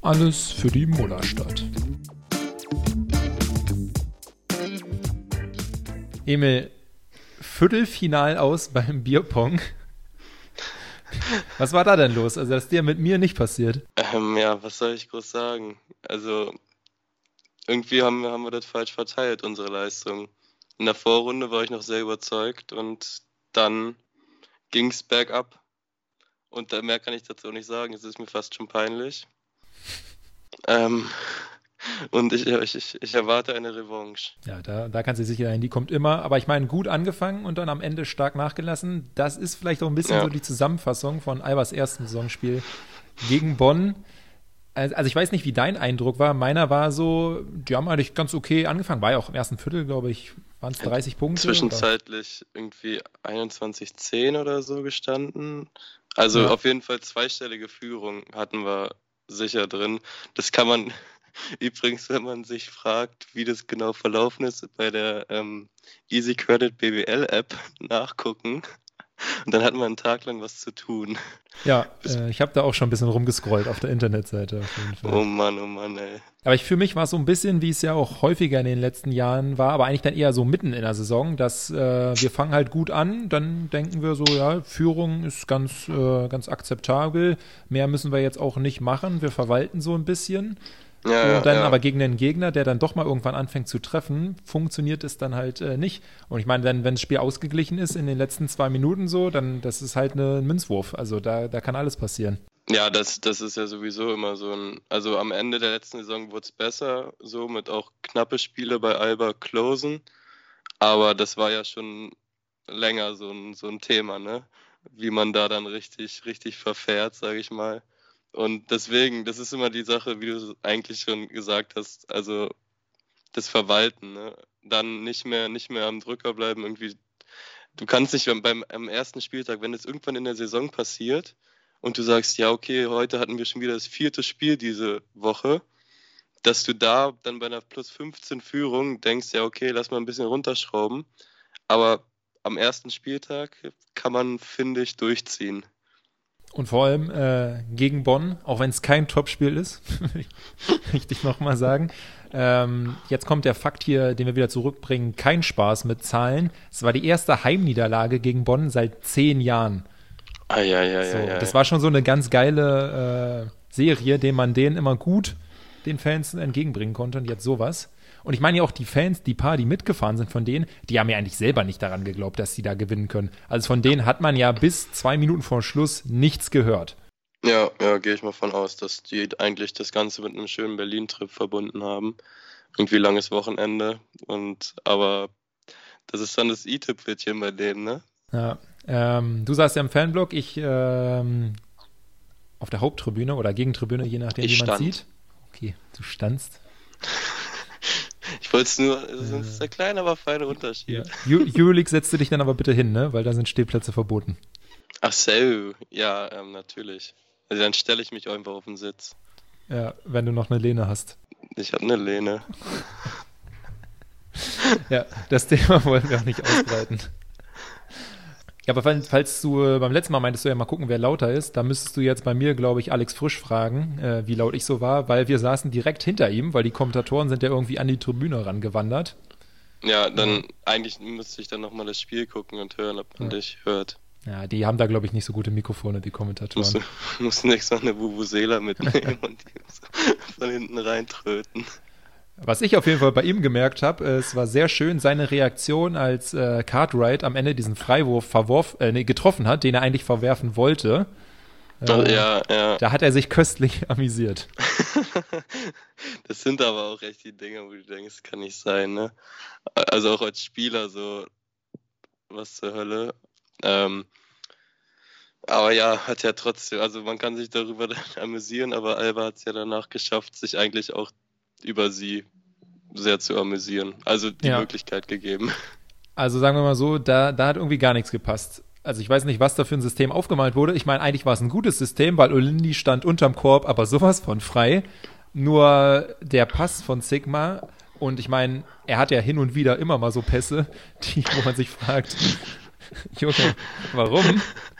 Alles für die Mullerstadt. Emil, Viertelfinal aus beim Bierpong. Was war da denn los? Also das ist dir mit mir nicht passiert. Ja, was soll ich groß sagen? Also irgendwie haben wir das falsch verteilt, unsere Leistung. In der Vorrunde war ich noch sehr überzeugt und dann ging es bergab. Und mehr kann ich dazu nicht sagen, es ist mir fast schon peinlich. Und ich erwarte eine Revanche. Ja, da kannst du sicher sein, die kommt immer. Aber ich meine, gut angefangen und dann am Ende stark nachgelassen. Das ist vielleicht auch ein bisschen so die Zusammenfassung von Albers ersten Saisonspiel gegen Bonn. Also ich weiß nicht, wie dein Eindruck war. Meiner war so, die haben eigentlich ganz okay angefangen. War ja auch im ersten Viertel, glaube ich, waren es 30 Punkte. Zwischenzeitlich irgendwie 21:10 oder so gestanden. Also auf jeden Fall zweistellige Führung hatten wir sicher drin. Das kann man übrigens, wenn man sich fragt, wie das genau verlaufen ist, bei der Easy Credit BWL App nachgucken. Und dann hat man einen Tag lang was zu tun. Ja, ich habe da auch schon ein bisschen rumgescrollt auf der Internetseite auf jeden Fall. Oh Mann, ey. Aber für mich war es so ein bisschen, wie es ja auch häufiger in den letzten Jahren war, aber eigentlich dann eher so mitten in der Saison, dass wir fangen halt gut an, dann denken wir so, ja, Führung ist ganz akzeptabel, mehr müssen wir jetzt auch nicht machen, wir verwalten so ein bisschen. Und dann aber gegen den Gegner, der dann doch mal irgendwann anfängt zu treffen, funktioniert es dann halt nicht. Und ich meine, wenn das Spiel ausgeglichen ist in den letzten 2 Minuten so, dann das ist halt ein Münzwurf. Also da kann alles passieren. Ja, das ist ja sowieso immer so also am Ende der letzten Saison wurde es besser, so mit auch knappe Spiele bei Alba closen. Aber das war ja schon länger so ein Thema, ne? Wie man da dann richtig verfährt, sage ich mal. Und deswegen, das ist immer die Sache, wie du es eigentlich schon gesagt hast, also das Verwalten, ne? Dann nicht mehr am Drücker bleiben, irgendwie. Du kannst nicht am ersten Spieltag, wenn es irgendwann in der Saison passiert und du sagst, ja okay, heute hatten wir schon wieder das 4. Spiel diese Woche, dass du da dann bei einer plus 15 Führung denkst, ja okay, lass mal ein bisschen runterschrauben, aber am ersten Spieltag kann man, finde ich, durchziehen. Und vor allem gegen Bonn, auch wenn es kein Topspiel ist, möchte ich nochmal sagen. Jetzt kommt der Fakt hier, den wir wieder zurückbringen, kein Spaß mit Zahlen. Es war die erste Heimniederlage gegen Bonn seit 10 Jahren. Das war schon so eine ganz geile Serie, den man denen immer gut den Fans entgegenbringen konnte und jetzt sowas. Und ich meine ja auch die Fans, die mitgefahren sind von denen, die haben ja eigentlich selber nicht daran geglaubt, dass sie da gewinnen können. Also von denen hat man ja bis 2 Minuten vor Schluss nichts gehört. Ja, gehe ich mal von aus, dass die eigentlich das Ganze mit einem schönen Berlin-Trip verbunden haben. Irgendwie langes Wochenende. Aber das ist dann das i-Tüpfelchen bei denen, ne? Ja, du saßt ja im Fanblock, ich auf der Haupttribüne oder Gegentribüne, je nachdem, wie man sieht. Okay, du standst. Ich wollte es nur, das ist ein kleiner, aber feiner Unterschied. Ja. Euroleague setzt du dich dann aber bitte hin, ne? Weil da sind Stehplätze verboten. Ach so, ja, natürlich. Also dann stelle ich mich einfach auf den Sitz. Ja, wenn du noch eine Lehne hast. Ich habe eine Lehne. Ja, das Thema wollen wir auch nicht ausbreiten. Ja, aber falls du beim letzten Mal meintest du ja mal gucken, wer lauter ist, da müsstest du jetzt bei mir, glaube ich, Alex Frisch fragen, wie laut ich so war, weil wir saßen direkt hinter ihm, weil die Kommentatoren sind ja irgendwie an die Tribüne rangewandert. Ja, dann eigentlich müsste ich dann nochmal das Spiel gucken und hören, ob man dich hört. Ja, die haben da, glaube ich, nicht so gute Mikrofone, die Kommentatoren. Muss nächstes Mal eine Vuvuzela mitnehmen und die von hinten reintröten. Was ich auf jeden Fall bei ihm gemerkt habe, es war sehr schön, seine Reaktion, als Cartwright am Ende diesen Freiwurf getroffen hat, den er eigentlich verwerfen wollte. Ja. Da hat er sich köstlich amüsiert. Das sind aber auch echt die Dinge, wo du denkst, das kann nicht sein, ne? Also auch als Spieler so, was zur Hölle. Aber ja, hat ja trotzdem, also man kann sich darüber amüsieren, aber Alba hat es ja danach geschafft, sich eigentlich auch über sie sehr zu amüsieren. Also die Möglichkeit gegeben. Also sagen wir mal so, da hat irgendwie gar nichts gepasst. Also ich weiß nicht, was da für ein System aufgemalt wurde. Ich meine, eigentlich war es ein gutes System, weil Olindi stand unterm Korb, aber sowas von frei. Nur der Pass von Sigma, und ich meine, er hat ja hin und wieder immer mal so Pässe, wo man sich fragt, Junge, warum?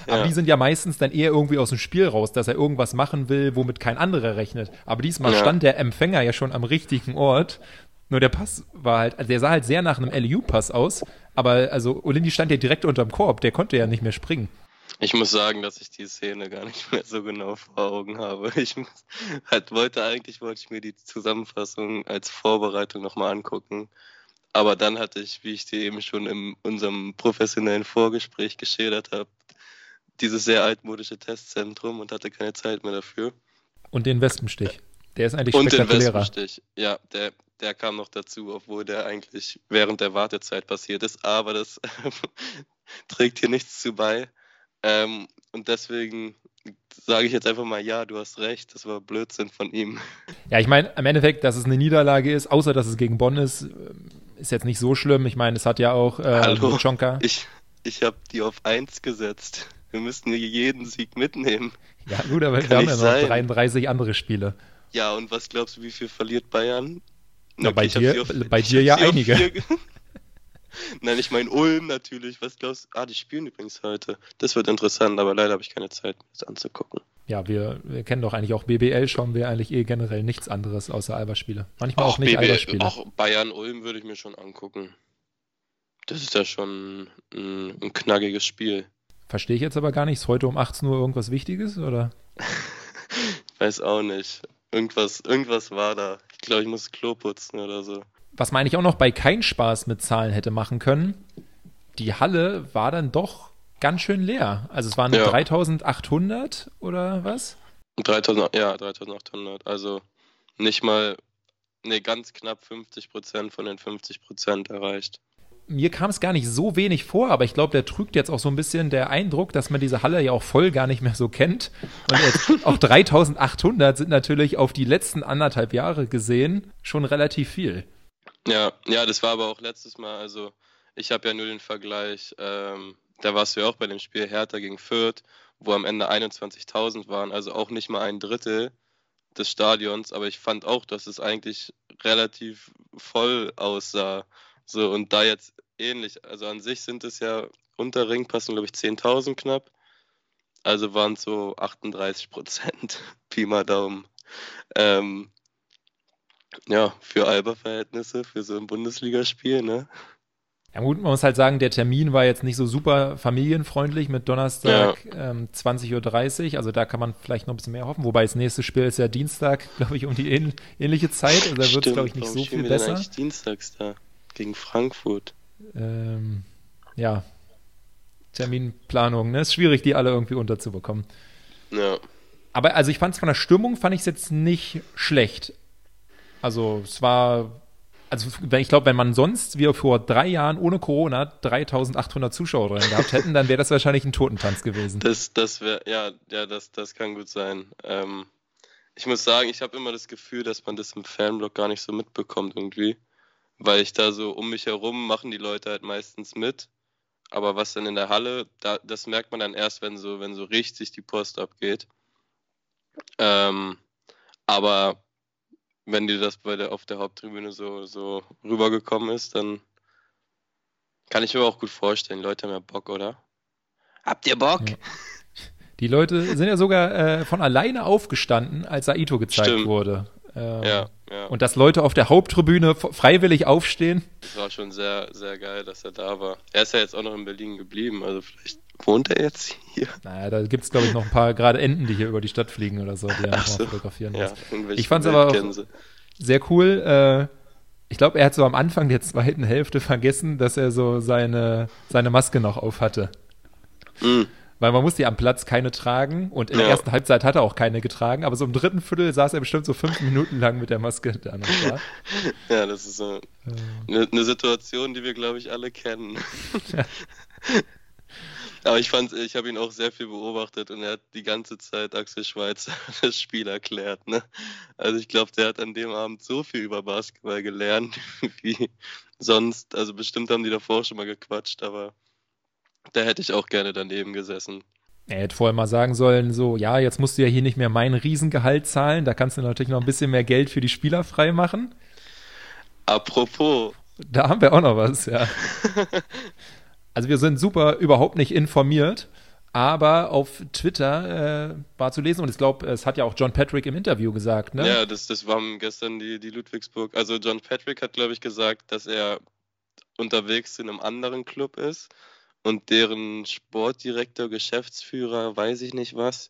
Aber die sind ja meistens dann eher irgendwie aus dem Spiel raus, dass er irgendwas machen will, womit kein anderer rechnet. Aber diesmal stand der Empfänger ja schon am richtigen Ort. Nur der Pass war halt, also der sah halt sehr nach einem LU-Pass aus, aber also Olindi stand ja direkt unterm Korb, der konnte ja nicht mehr springen. Ich muss sagen, dass ich die Szene gar nicht mehr so genau vor Augen habe. Wollte ich mir die Zusammenfassung als Vorbereitung nochmal angucken. Aber dann hatte ich, wie ich dir eben schon in unserem professionellen Vorgespräch geschildert habe, dieses sehr altmodische Testzentrum und hatte keine Zeit mehr dafür. Und den Wespenstich. Der ist eigentlich spektakulärer. Und den Wespenstich, ja, der kam noch dazu, obwohl der eigentlich während der Wartezeit passiert ist. Aber das trägt hier nichts zu bei. Und deswegen sage ich jetzt einfach mal, ja, du hast recht, das war Blödsinn von ihm. Ja, ich meine, im Endeffekt, dass es eine Niederlage ist, außer dass es gegen Bonn ist jetzt nicht so schlimm. Ich meine, es hat ja auch Tschonka. Ich habe die auf 1 gesetzt. Wir müssten jeden Sieg mitnehmen. Ja gut, aber wir haben ja noch 33 andere Spiele. Ja, und was glaubst du, wie viel verliert Bayern? Na, okay, bei dir ja einige. Nein, ich meine Ulm natürlich. Was glaubst du? Die spielen übrigens heute. Das wird interessant, aber leider habe ich keine Zeit, mir das anzugucken. Ja, wir kennen doch eigentlich auch BBL, schauen wir eigentlich generell nichts anderes außer Alba-Spiele. Manchmal auch nicht Alba-Spiele. Auch Bayern-Ulm würde ich mir schon angucken. Das ist ja schon ein knackiges Spiel. Verstehe ich jetzt aber gar nicht. Ist heute um 18 Uhr irgendwas Wichtiges, oder? Weiß auch nicht. Irgendwas war da. Ich glaube, ich muss das Klo putzen oder so. Was man eigentlich auch noch bei kein Spaß mit Zahlen hätte machen können, die Halle war dann doch ganz schön leer. Also es waren 3.800 oder was? 3.800. Also nicht mal, ganz knapp 50% von den 50% erreicht. Mir kam es gar nicht so wenig vor, aber ich glaube, der trügt jetzt auch so ein bisschen der Eindruck, dass man diese Halle ja auch voll gar nicht mehr so kennt. Und jetzt auch 3.800 sind natürlich auf die letzten 1,5 Jahre gesehen schon relativ viel. Ja, das war aber auch letztes Mal, also ich habe ja nur den Vergleich, da warst du ja auch bei dem Spiel Hertha gegen Fürth, wo am Ende 21.000 waren, also auch nicht mal ein Drittel des Stadions, aber ich fand auch, dass es eigentlich relativ voll aussah. So, und da jetzt ähnlich, also an sich sind es ja unter Ring passen, glaube ich, 10.000 knapp, also waren es so 38%, Pi mal Daumen. Ja, für Alba-Verhältnisse, für so ein Bundesligaspiel, ne? Ja gut, man muss halt sagen, der Termin war jetzt nicht so super familienfreundlich mit Donnerstag 20.30 Uhr, also da kann man vielleicht noch ein bisschen mehr hoffen, wobei das nächste Spiel ist ja Dienstag, glaube ich, um die ähnliche Zeit, also da wird es, glaube ich, nicht so viel besser. Denn eigentlich dienstags da, gegen Frankfurt. Ja, Terminplanung, ne? Ist schwierig, die alle irgendwie unterzubekommen. Ja. Aber also ich fand es von der Stimmung, fand ich es jetzt nicht schlecht. Also es war, ich glaube, wenn man sonst wie vor 3 Jahren ohne Corona 3.800 Zuschauer drin gehabt hätten, dann wäre das wahrscheinlich ein Totentanz gewesen. Das wäre, das kann gut sein. Ich muss sagen, ich habe immer das Gefühl, dass man das im Fanblock gar nicht so mitbekommt irgendwie, weil ich da so um mich herum machen die Leute halt meistens mit, aber was dann in der Halle, das merkt man dann erst, wenn so richtig die Post abgeht. Aber wenn dir das auf der Haupttribüne so rübergekommen ist, dann kann ich mir auch gut vorstellen. Die Leute haben ja Bock, oder? Habt ihr Bock? Ja. Die Leute sind ja sogar von alleine aufgestanden, als Saito gezeigt wurde. Ja. Und dass Leute auf der Haupttribüne freiwillig aufstehen. Das war schon sehr, sehr geil, dass er da war. Er ist ja jetzt auch noch in Berlin geblieben, also vielleicht wohnt er jetzt hier. Naja, da gibt es, glaube ich, noch ein paar gerade Enten, die hier über die Stadt fliegen oder so, die er nochmal fotografieren muss. Ich fand es aber auch sehr cool. Ich glaube, er hat so am Anfang der zweiten Hälfte vergessen, dass er so seine Maske noch auf hatte. Mhm. Weil man musste ja am Platz keine tragen und in der ersten Halbzeit hat er auch keine getragen, aber so im dritten Viertel saß er bestimmt so 5 Minuten lang mit der Maske da noch da. Ja, das ist so eine Situation, die wir, glaube ich, alle kennen. Ja. Aber ich habe ihn auch sehr viel beobachtet und er hat die ganze Zeit Axel Schweizer das Spiel erklärt. Ne? Also ich glaube, der hat an dem Abend so viel über Basketball gelernt wie sonst. Also bestimmt haben die davor schon mal gequatscht, aber da hätte ich auch gerne daneben gesessen. Er hätte vorher mal sagen sollen, so, ja, jetzt musst du ja hier nicht mehr mein Riesengehalt zahlen, da kannst du natürlich noch ein bisschen mehr Geld für die Spieler freimachen. Apropos. Da haben wir auch noch was, ja. Also wir sind super überhaupt nicht informiert, Aber auf Twitter war zu lesen, und ich glaube, es hat ja auch John Patrick im Interview gesagt, ne? Ja, das waren gestern die Ludwigsburg. Also John Patrick hat, glaube ich, gesagt, dass er unterwegs in einem anderen Club ist und deren Sportdirektor, Geschäftsführer, weiß ich nicht was,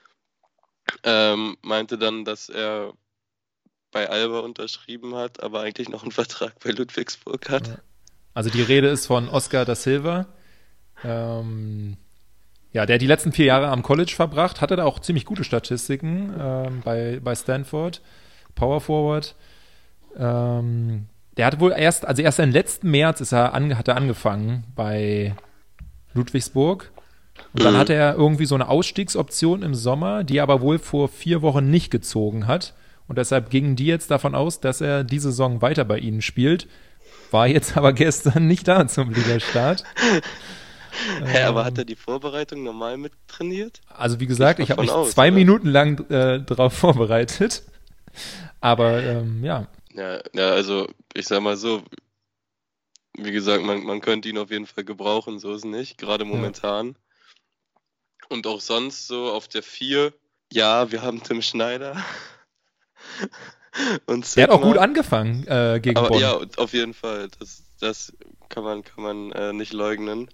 meinte dann, dass er bei Alba unterschrieben hat, aber eigentlich noch einen Vertrag bei Ludwigsburg hat. Ja. Also die Rede ist von Oscar da Silva. Ja, der die letzten 4 Jahre am College verbracht, hatte da auch ziemlich gute Statistiken bei Stanford, Power Forward. Der hat wohl erst im letzten März hat er angefangen bei Ludwigsburg. Und dann hatte er irgendwie so eine Ausstiegsoption im Sommer, die er aber wohl vor 4 Wochen nicht gezogen hat. Und deshalb gingen die jetzt davon aus, dass er diese Saison weiter bei ihnen spielt. War jetzt aber gestern nicht da zum Ligastart. Aber hat er die Vorbereitung normal mittrainiert? Also wie gesagt, ich habe mich 2 Minuten lang darauf vorbereitet. Aber ja. Ja, also ich sag mal so, wie gesagt, man könnte ihn auf jeden Fall gebrauchen, so ist es nicht, gerade momentan. Ja. Und auch sonst so auf der 4, ja, wir haben Tim Schneider. Und der hat auch gut angefangen gegen Bonn. Ja, auf jeden Fall, das kann man nicht leugnen.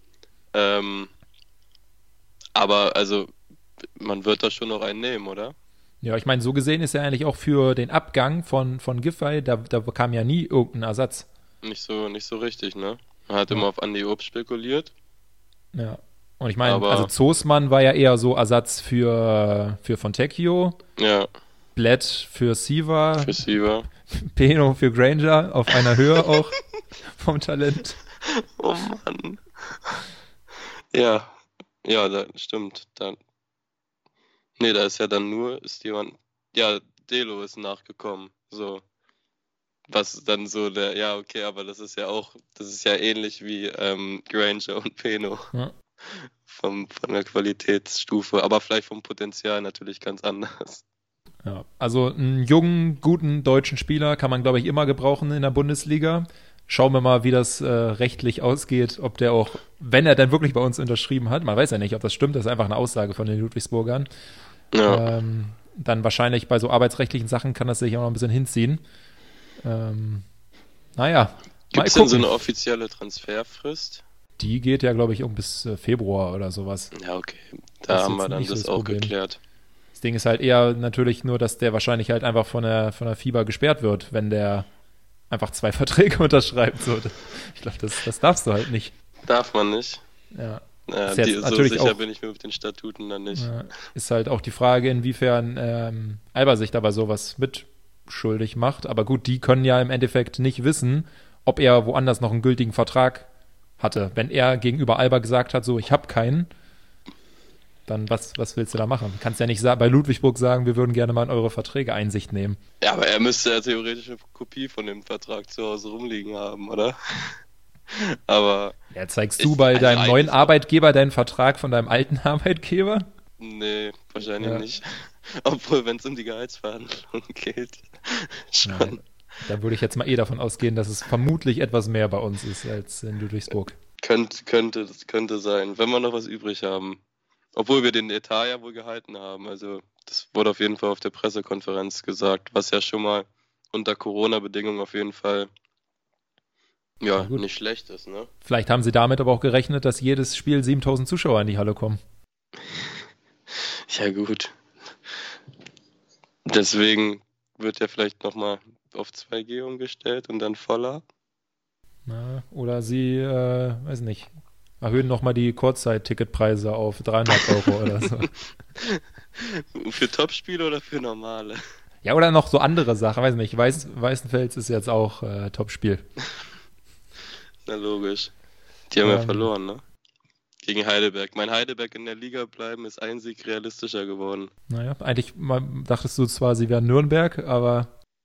Aber also, man wird da schon noch einen nehmen, oder? Ja, ich meine, so gesehen ist ja eigentlich auch für den Abgang von Giffey, da kam ja nie irgendein Ersatz. Nicht so richtig, ne? Man hat immer auf Andi Obst spekuliert. Ja, und ich meine, also Zosmann war ja eher so Ersatz für Fontecchio. Ja. Bled für Siva. Für Siva. Peno für Granger, auf einer Höhe auch vom Talent. Oh Mann. Ja, das stimmt. Da ist ja dann ist jemand, ja, Delo ist nachgekommen, so. Was dann so aber das ist ja ähnlich wie Granger und Peno. Ja. Von der Qualitätsstufe, aber vielleicht vom Potenzial natürlich ganz anders. Ja, also einen jungen, guten deutschen Spieler kann man, glaube ich, immer gebrauchen in der Bundesliga. Schauen wir mal, wie das rechtlich ausgeht, ob der auch, wenn er dann wirklich bei uns unterschrieben hat, man weiß ja nicht, ob das stimmt, das ist einfach eine Aussage von den Ludwigsburgern. Ja. Dann wahrscheinlich bei so arbeitsrechtlichen Sachen kann das sich auch noch ein bisschen hinziehen. Naja. Gibt es denn so eine offizielle Transferfrist? Die geht ja, glaube ich, bis Februar oder sowas. Ja, okay. Da haben wir dann das auch geklärt. Das Ding ist halt eher natürlich nur, dass der wahrscheinlich halt einfach von der FIBA gesperrt wird, wenn der einfach 2 Verträge unterschreibt. So. Ich glaube, das darfst du halt nicht. Darf man nicht. Ja. So sicher bin ich mir mit den Statuten dann nicht. Ja, ist halt auch die Frage, inwiefern Alba sich dabei sowas mitschuldig macht. Aber gut, die können ja im Endeffekt nicht wissen, ob er woanders noch einen gültigen Vertrag hatte. Wenn er gegenüber Alba gesagt hat, so, ich habe keinen, dann was willst du da machen? Du kannst ja nicht bei Ludwigsburg sagen, wir würden gerne mal in eure Verträge Einsicht nehmen. Ja, aber er müsste ja theoretisch eine Kopie von dem Vertrag zu Hause rumliegen haben, oder? Aber ja, zeigst du bei deinem neuen Arbeitgeber deinen Vertrag von deinem alten Arbeitgeber? Nee, wahrscheinlich nicht. Obwohl, wenn es um die Gehaltsverhandlungen geht, schon. Nein. Da würde ich jetzt mal davon ausgehen, dass es vermutlich etwas mehr bei uns ist als in Ludwigsburg. Könnte sein, wenn wir noch was übrig haben. Obwohl wir den Etat ja wohl gehalten haben. Also das wurde auf jeden Fall auf der Pressekonferenz gesagt, was ja schon mal unter Corona-Bedingungen auf jeden Fall nicht schlecht ist, ne? Vielleicht haben sie damit aber auch gerechnet, dass jedes Spiel 7.000 Zuschauer in die Halle kommen. Ja gut. Deswegen wird ja vielleicht nochmal auf 2G umgestellt und dann voller. Oder sie, weiß nicht, erhöhen nochmal die Kurzzeit-Ticketpreise auf 300 € oder so. Für Topspiele oder für normale? Ja, oder noch so andere Sachen, weiß nicht. Weißenfels ist jetzt auch Topspiel. Na logisch. Die haben ja verloren, ne? Gegen Heidelberg. Mein Heidelberg in der Liga bleiben ist ein Sieg realistischer geworden. Naja, eigentlich dachtest du zwar, sie wären Nürnberg, aber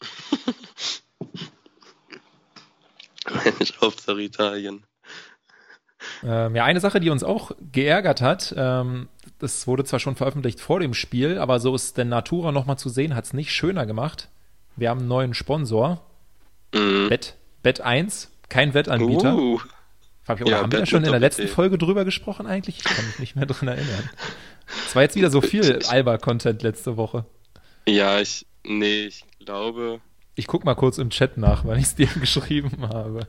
Mensch, Hauptsache Italien. Eine Sache, die uns auch geärgert hat, das wurde zwar schon veröffentlicht vor dem Spiel, aber so ist der Natura nochmal zu sehen, hat es nicht schöner gemacht. Wir haben einen neuen Sponsor. Bet1, kein Wettanbieter. Fabi, oder haben wir da schon in der letzten Folge drüber gesprochen eigentlich? Ich kann mich nicht mehr dran erinnern. Es war jetzt wieder so viel Alba-Content letzte Woche. Ja, ich glaube... Ich guck mal kurz im Chat nach, weil ich es dir geschrieben habe.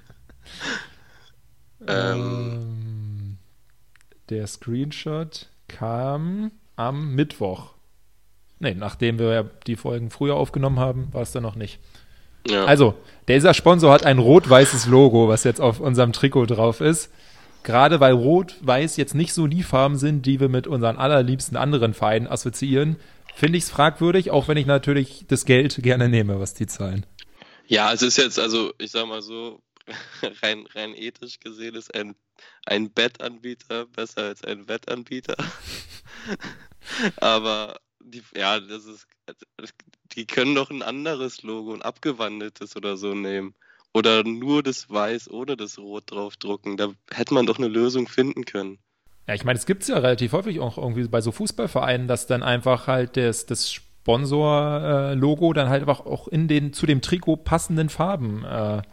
Der Screenshot kam am Mittwoch. Nee, nachdem wir ja die Folgen früher aufgenommen haben, war es dann noch nicht. Ja. Also, dieser Sponsor hat ein rot-weißes Logo, was jetzt auf unserem Trikot drauf ist. Gerade weil Rot-Weiß jetzt nicht so die Farben sind, die wir mit unseren allerliebsten anderen Vereinen assoziieren, finde ich es fragwürdig, auch wenn ich natürlich das Geld gerne nehme, was die zahlen. Ja, es ist jetzt, also ich sag mal so, rein ethisch gesehen ist ein Bettanbieter besser als ein Wettanbieter. Aber die können doch ein anderes Logo, ein abgewandeltes oder so nehmen. Oder nur das Weiß ohne das Rot draufdrucken. Da hätte man doch eine Lösung finden können. Ja, ich meine, es gibt es ja relativ häufig auch irgendwie bei so Fußballvereinen, dass dann einfach halt das Sponsor-Logo dann halt einfach auch zu dem Trikot passenden Farben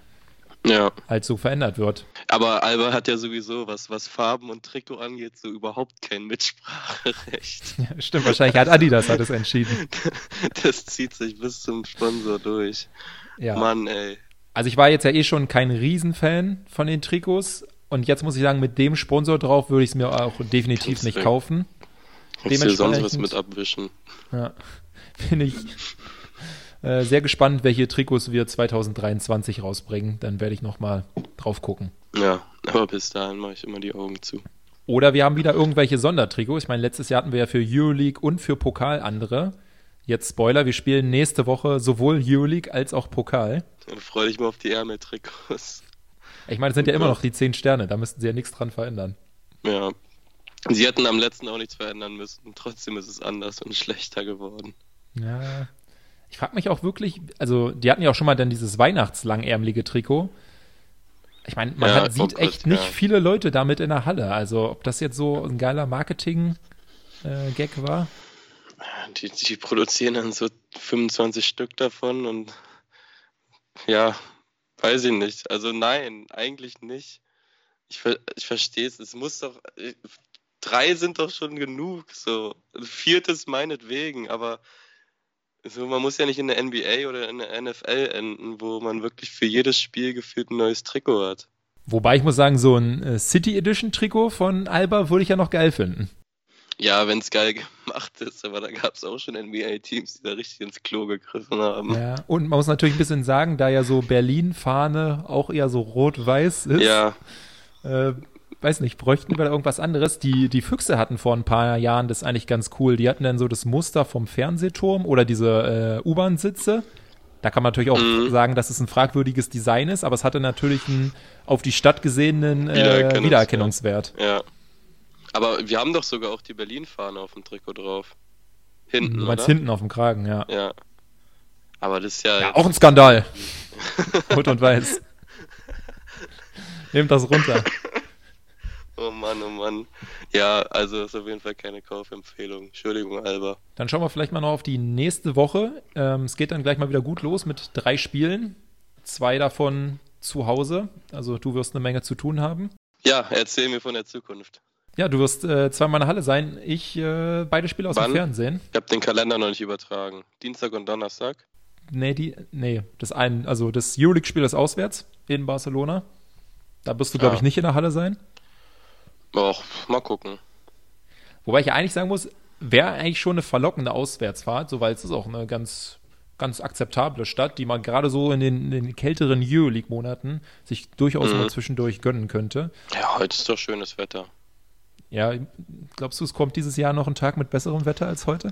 halt so verändert wird. Aber Alba hat ja sowieso, was Farben und Trikot angeht, so überhaupt kein Mitspracherecht. Ja, stimmt, wahrscheinlich hat Adidas es entschieden. Das zieht sich bis zum Sponsor durch. Ja. Mann, ey. Also ich war jetzt ja schon kein Riesenfan von den Trikots und jetzt muss ich sagen, mit dem Sponsor drauf würde ich es mir auch definitiv nicht kaufen. Kannst du sonst was mit abwischen. Ja, bin ich sehr gespannt, welche Trikots wir 2023 rausbringen. Dann werde ich nochmal drauf gucken. Ja, aber bis dahin mache ich immer die Augen zu. Oder wir haben wieder irgendwelche Sondertrikots. Ich meine, letztes Jahr hatten wir ja für Euroleague und für Pokal andere. Jetzt Spoiler, wir spielen nächste Woche sowohl Euroleague als auch Pokal. Dann freue dich mal auf die Ärmeltrikots. Ich meine, es sind ja immer noch die 10 Sterne, da müssten sie ja nichts dran verändern. Ja, sie hätten am letzten auch nichts verändern müssen. Trotzdem ist es anders und schlechter geworden. Ja, ich frage mich auch wirklich, also die hatten ja auch schon mal dann dieses weihnachtslanärmelige Trikot. Ich meine, man sieht echt nicht viele Leute damit in der Halle. Also ob das jetzt so ein geiler Marketing-Gag war? Die produzieren dann so 25 Stück davon und ja, weiß ich nicht. Also nein, eigentlich nicht. Ich verstehe es. Es muss doch, 3 sind doch schon genug. So, 4. meinetwegen, aber so, man muss ja nicht in der NBA oder in der NFL enden, wo man wirklich für jedes Spiel gefühlt ein neues Trikot hat. Wobei ich muss sagen, so ein City Edition Trikot von Alba würde ich ja noch geil finden. Ja, wenn es geil gemacht ist, aber da gab es auch schon NBA-Teams, die da richtig ins Klo gegriffen haben. Ja, und man muss natürlich ein bisschen sagen, da ja so Berlin-Fahne auch eher so rot-weiß ist. Ja. Weiß nicht, bräuchten wir da irgendwas anderes? Die Füchse hatten vor ein paar Jahren das eigentlich ganz cool. Die hatten dann so das Muster vom Fernsehturm oder diese U-Bahn-Sitze. Da kann man natürlich auch sagen, dass es ein fragwürdiges Design ist, aber es hatte natürlich einen auf die Stadt gesehenen Wiedererkennungswert. Ja. Aber wir haben doch sogar auch die Berlin-Fahne auf dem Trikot drauf. Hinten, du meinst oder? Hinten auf dem Kragen, ja. Ja. Aber das ist ja auch ein Skandal. Rot und Weiß. Nehmt das runter. Oh Mann. Ja, also ist auf jeden Fall keine Kaufempfehlung. Entschuldigung, Alba. Dann schauen wir vielleicht mal noch auf die nächste Woche. Es geht dann gleich mal wieder gut los mit 3 Spielen. 2 davon zu Hause. Also du wirst eine Menge zu tun haben. Ja, erzähl mir von der Zukunft. Ja, du wirst zweimal in der Halle sein. Ich beide Spiele aus dem Fernsehen. Ich habe den Kalender noch nicht übertragen. Dienstag und Donnerstag? Nee. Das Euroleague-Spiel ist auswärts in Barcelona. Da wirst du, glaube ich, nicht in der Halle sein. Och, mal gucken. Wobei ich ja eigentlich sagen muss, wäre eigentlich schon eine verlockende Auswärtsfahrt, so weil es ist auch eine ganz, ganz akzeptable Stadt, die man gerade so in den kälteren Euroleague-Monaten sich durchaus mal zwischendurch gönnen könnte. Ja, heute ist doch schönes Wetter. Ja, glaubst du, es kommt dieses Jahr noch ein Tag mit besserem Wetter als heute?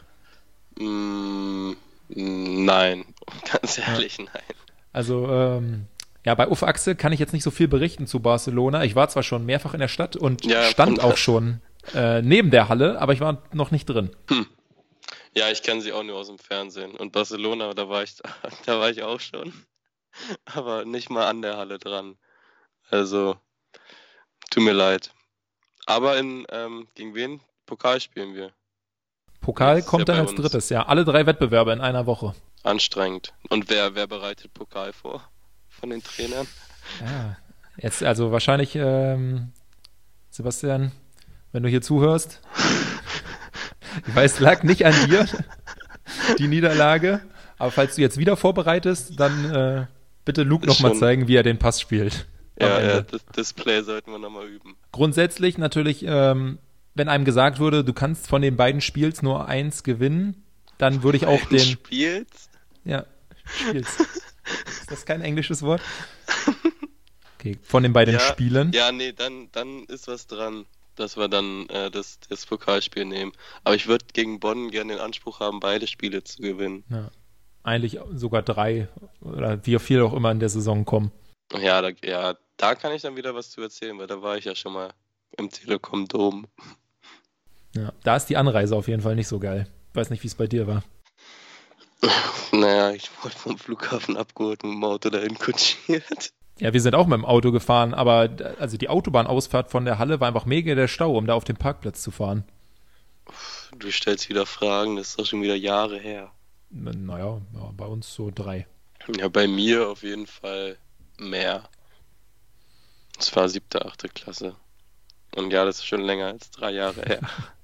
Nein, ganz ehrlich, nein. Also, bei Ufachse kann ich jetzt nicht so viel berichten zu Barcelona. Ich war zwar schon mehrfach in der Stadt und stand auch schon neben der Halle, aber ich war noch nicht drin. Ja, ich kenne sie auch nur aus dem Fernsehen. Und Barcelona, da war ich auch schon. Aber nicht mal an der Halle dran. Also, tut mir leid. Aber gegen wen? Pokal spielen wir. Pokal kommt dann als drittes, ja. Alle 3 Wettbewerbe in einer Woche. Anstrengend. Und wer bereitet Pokal vor? Von den Trainern? Ja, Jetzt also wahrscheinlich, Sebastian, wenn du hier zuhörst, ich weiß, lag nicht an dir, die Niederlage, aber falls du jetzt wieder vorbereitest, dann bitte Luke nochmal zeigen, wie er den Pass spielt. Ja, das Display sollten wir nochmal üben. Grundsätzlich natürlich, wenn einem gesagt würde, du kannst von den beiden Spiels nur eins gewinnen, dann würde ich auch den... Spiels? Ja, Spiels. Ist das kein englisches Wort? Okay, von den beiden Spielen. Ja, nee, dann ist was dran, dass wir dann das Pokalspiel nehmen. Aber ich würde gegen Bonn gerne den Anspruch haben, beide Spiele zu gewinnen. Ja, eigentlich sogar 3 oder wie viel auch immer in der Saison kommen. Ja, da kann ich dann wieder was zu erzählen, weil da war ich ja schon mal im Telekom Dom. Ja, da ist die Anreise auf jeden Fall nicht so geil. Ich weiß nicht, wie es bei dir war. Naja, ich wurde vom Flughafen abgeholt und mit dem Auto dahin kutschiert. Ja, wir sind auch mit dem Auto gefahren, aber also die Autobahnausfahrt von der Halle war einfach mega der Stau, um da auf den Parkplatz zu fahren. Du stellst wieder Fragen, das ist doch schon wieder Jahre her. Naja, ja, bei uns so 3. Ja, bei mir auf jeden Fall mehr. Es war 7., 8. Klasse. Und ja, das ist schon länger als 3 Jahre her.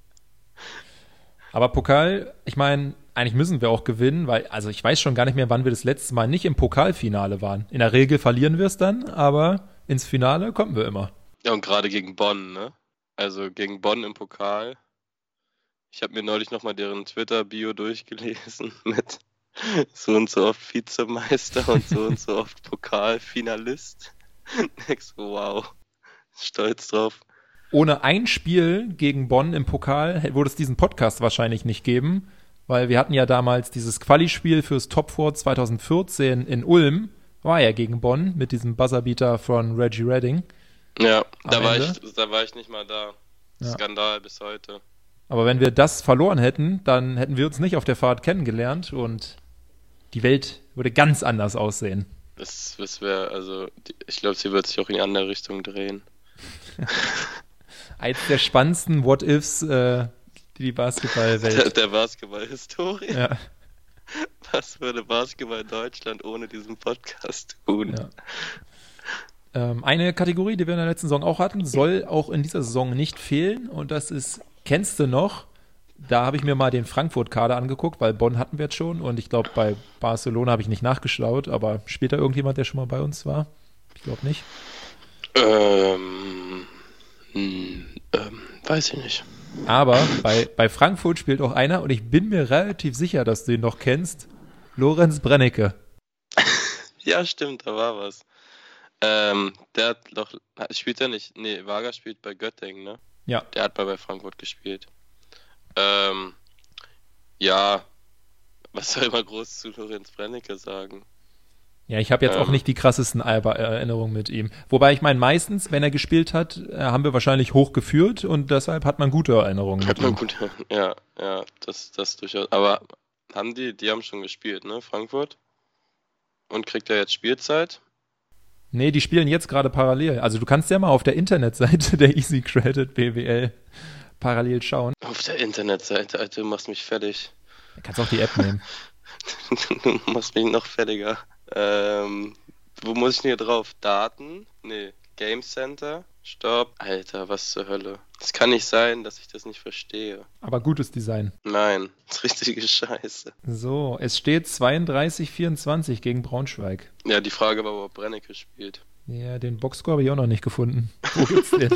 Aber Pokal, ich meine, eigentlich müssen wir auch gewinnen, weil, also ich weiß schon gar nicht mehr, wann wir das letzte Mal nicht im Pokalfinale waren. In der Regel verlieren wir es dann, aber ins Finale kommen wir immer. Ja, und gerade gegen Bonn, ne? Also gegen Bonn im Pokal. Ich habe mir neulich nochmal deren Twitter-Bio durchgelesen mit so und so oft Vizemeister und so oft Pokalfinalist. Denkst du, wow, stolz drauf. Ohne ein Spiel gegen Bonn im Pokal würde es diesen Podcast wahrscheinlich nicht geben, weil wir hatten ja damals dieses Quali-Spiel fürs Top 4 2014 in Ulm, war ja gegen Bonn mit diesem Buzzerbeater von Reggie Redding. Ja, da war ich nicht mal da. Ja. Skandal bis heute. Aber wenn wir das verloren hätten, dann hätten wir uns nicht auf der Fahrt kennengelernt und die Welt würde ganz anders aussehen. Das wäre, also, ich glaube, sie wird sich auch in die andere Richtung drehen. Eins der spannendsten What-Ifs, die Basketballwelt. Der Basketball-Historie. Ja. Was würde Basketball in Deutschland ohne diesen Podcast tun? Ja. Eine Kategorie, die wir in der letzten Saison auch hatten, soll auch in dieser Saison nicht fehlen und das ist, kennst du noch? Da habe ich mir mal den Frankfurt-Kader angeguckt, weil Bonn hatten wir jetzt schon und ich glaube, bei Barcelona habe ich nicht nachgeschaut, aber spielt da irgendjemand, der schon mal bei uns war? Ich glaube nicht. Weiß ich nicht. Aber bei Frankfurt spielt auch einer und ich bin mir relativ sicher, dass du ihn noch kennst. Lorenz Brennecke. Ja, stimmt, da war was. Der hat doch, spielt er nicht? Nee, Wager spielt bei Göttingen, ne? Ja. Der hat mal bei Frankfurt gespielt. Ja, was soll man groß zu Lorenz Brennecke sagen? Ja, ich habe jetzt auch nicht die krassesten Erinnerungen mit ihm. Wobei ich meine, meistens, wenn er gespielt hat, haben wir wahrscheinlich hochgeführt und deshalb hat man gute Erinnerungen mit ihm. Ja, das durchaus. Aber die haben schon gespielt, ne, Frankfurt? Und kriegt er jetzt Spielzeit? Nee, die spielen jetzt gerade parallel. Also du kannst ja mal auf der Internetseite der Easy Credit BWL parallel schauen. Auf der Internetseite, Alter, du machst mich fertig. Du kannst auch die App nehmen. Du machst mich noch fertiger. Wo muss ich denn hier drauf? Daten? Nee. Game Center? Stopp. Alter, was zur Hölle. Es kann nicht sein, dass ich das nicht verstehe. Aber gutes Design. Nein, das ist richtige Scheiße. So, es steht 32-24 gegen Braunschweig. Ja, die Frage war, ob Brennecke spielt. Ja, den Boxscore habe ich auch noch nicht gefunden. Wo gibt's den?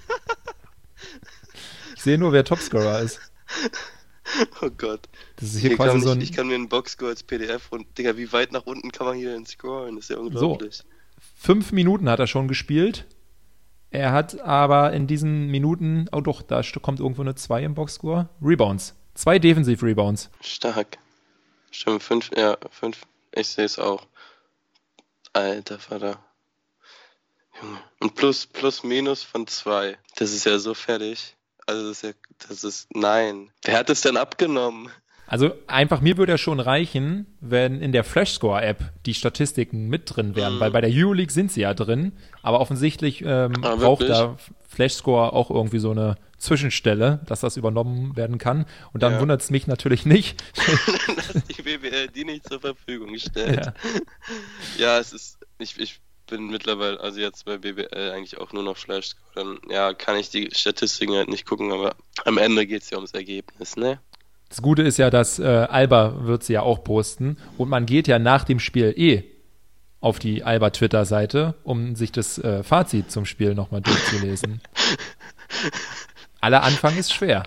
Ich sehe nur, wer Topscorer ist. Oh Gott. Das ist hier quasi ich kann mir einen Boxscore als PDF und, Digga, wie weit nach unten kann man hier denn scrollen? Das ist ja unglaublich. So, 5 Minuten hat er schon gespielt. Er hat aber in diesen Minuten, oh doch, da kommt irgendwo eine 2 im Boxscore. Rebounds. 2 Defensiv-Rebounds. Stark. Stimmt, 5, ich sehe es auch. Alter Vater. Junge. Und plus minus von 2. Das ist ja so fertig. Also nein. Wer hat es denn abgenommen? Also einfach, mir würde ja schon reichen, wenn in der Flashscore-App die Statistiken mit drin wären, weil bei der Euroleague sind sie ja drin, aber offensichtlich braucht da Flashscore auch irgendwie so eine Zwischenstelle, dass das übernommen werden kann. Und dann wundert es mich natürlich nicht, dass die BWL die nicht zur Verfügung stellt. Ja, es ist, bin mittlerweile, also jetzt bei BBL eigentlich auch nur noch Flashscore. Dann, ja, kann ich die Statistiken halt nicht gucken, aber am Ende geht es ja ums Ergebnis, ne? Das Gute ist ja, dass Alba wird sie ja auch posten und man geht ja nach dem Spiel auf die Alba Twitter-Seite, um sich das Fazit zum Spiel nochmal durchzulesen. Aller Anfang ist schwer.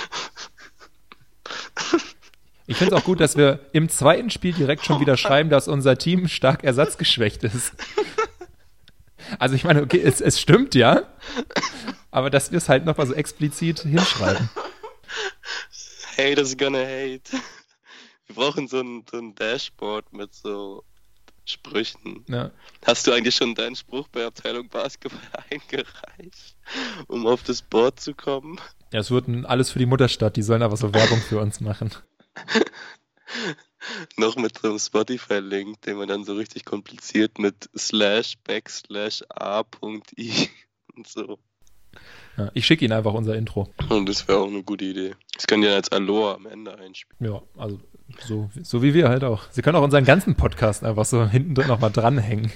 Ich finde es auch gut, dass wir im zweiten Spiel direkt schon wieder schreiben, dass unser Team stark ersatzgeschwächt ist. Also ich meine, okay, es stimmt ja, aber dass wir es halt nochmal so explizit hinschreiben. Haters gonna hate. Wir brauchen so ein Dashboard mit so Sprüchen. Ja. Hast du eigentlich schon deinen Spruch bei Abteilung Basketball eingereicht, um auf das Board zu kommen? Ja, es wird alles für die Mutterstadt, die sollen aber so Werbung für uns machen. Noch mit so einem Spotify-Link, den man dann so richtig kompliziert mit /backslash a.i und so. Ja, ich schicke Ihnen einfach unser Intro. Und das wäre auch eine gute Idee. Das können die dann als Aloha am Ende einspielen. Ja, also so wie wir halt auch. Sie können auch unseren ganzen Podcast einfach so hinten drin nochmal dranhängen.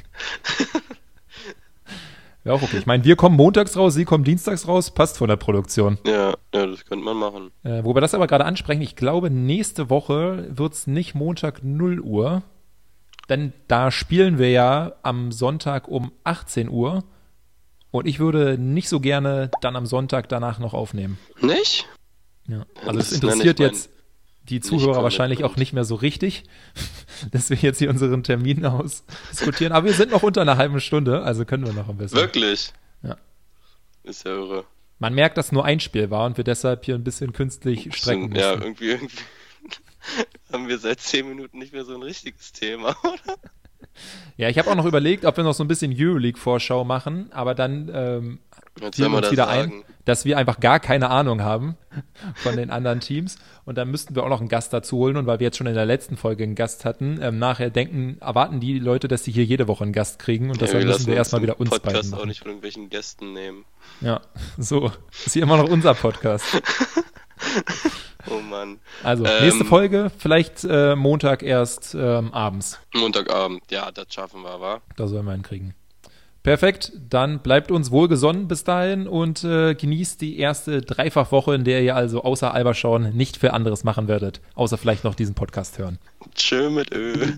Wäre auch okay. Ich meine, wir kommen montags raus, Sie kommen dienstags raus, passt von der Produktion. Ja, das könnte man machen. Wo wir das aber gerade ansprechen, ich glaube, nächste Woche wird es nicht Montag 0 Uhr, denn da spielen wir ja am Sonntag um 18 Uhr und ich würde nicht so gerne dann am Sonntag danach noch aufnehmen. Nicht? Ja. Also das interessiert jetzt die Zuhörer wahrscheinlich auch nicht mehr so richtig, dass wir jetzt hier unseren Termin ausdiskutieren. Aber wir sind noch unter einer halben Stunde, also können wir noch ein bisschen. Wirklich? Ja. Ist ja irre. Man merkt, dass nur ein Spiel war und wir deshalb hier ein bisschen künstlich strecken müssen. Ja, irgendwie haben wir seit 10 Minuten nicht mehr so ein richtiges Thema, oder? Ja, ich habe auch noch überlegt, ob wir noch so ein bisschen Euroleague-Vorschau machen, aber dann fiel uns wieder ein, dass wir einfach gar keine Ahnung haben von den anderen Teams und dann müssten wir auch noch einen Gast dazu holen und weil wir jetzt schon in der letzten Folge einen Gast hatten, nachher erwarten die Leute, dass sie hier jede Woche einen Gast kriegen und deshalb müssen wir erstmal wieder uns beiden machen. Podcast auch nicht von irgendwelchen Gästen nehmen. Ja, so. Ist hier immer noch unser Podcast. Oh Mann. Also, nächste Folge, vielleicht Montag erst abends. Montagabend, ja, das schaffen wir, wa? Da sollen wir hinkriegen. Perfekt, dann bleibt uns wohlgesonnen bis dahin und genießt die erste Dreifachwoche, in der ihr also außer Alba schauen nicht viel anderes machen werdet, außer vielleicht noch diesen Podcast hören. Tschö mit Ö.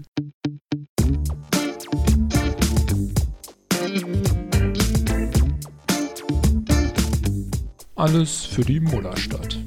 Alles für die Mutterstadt.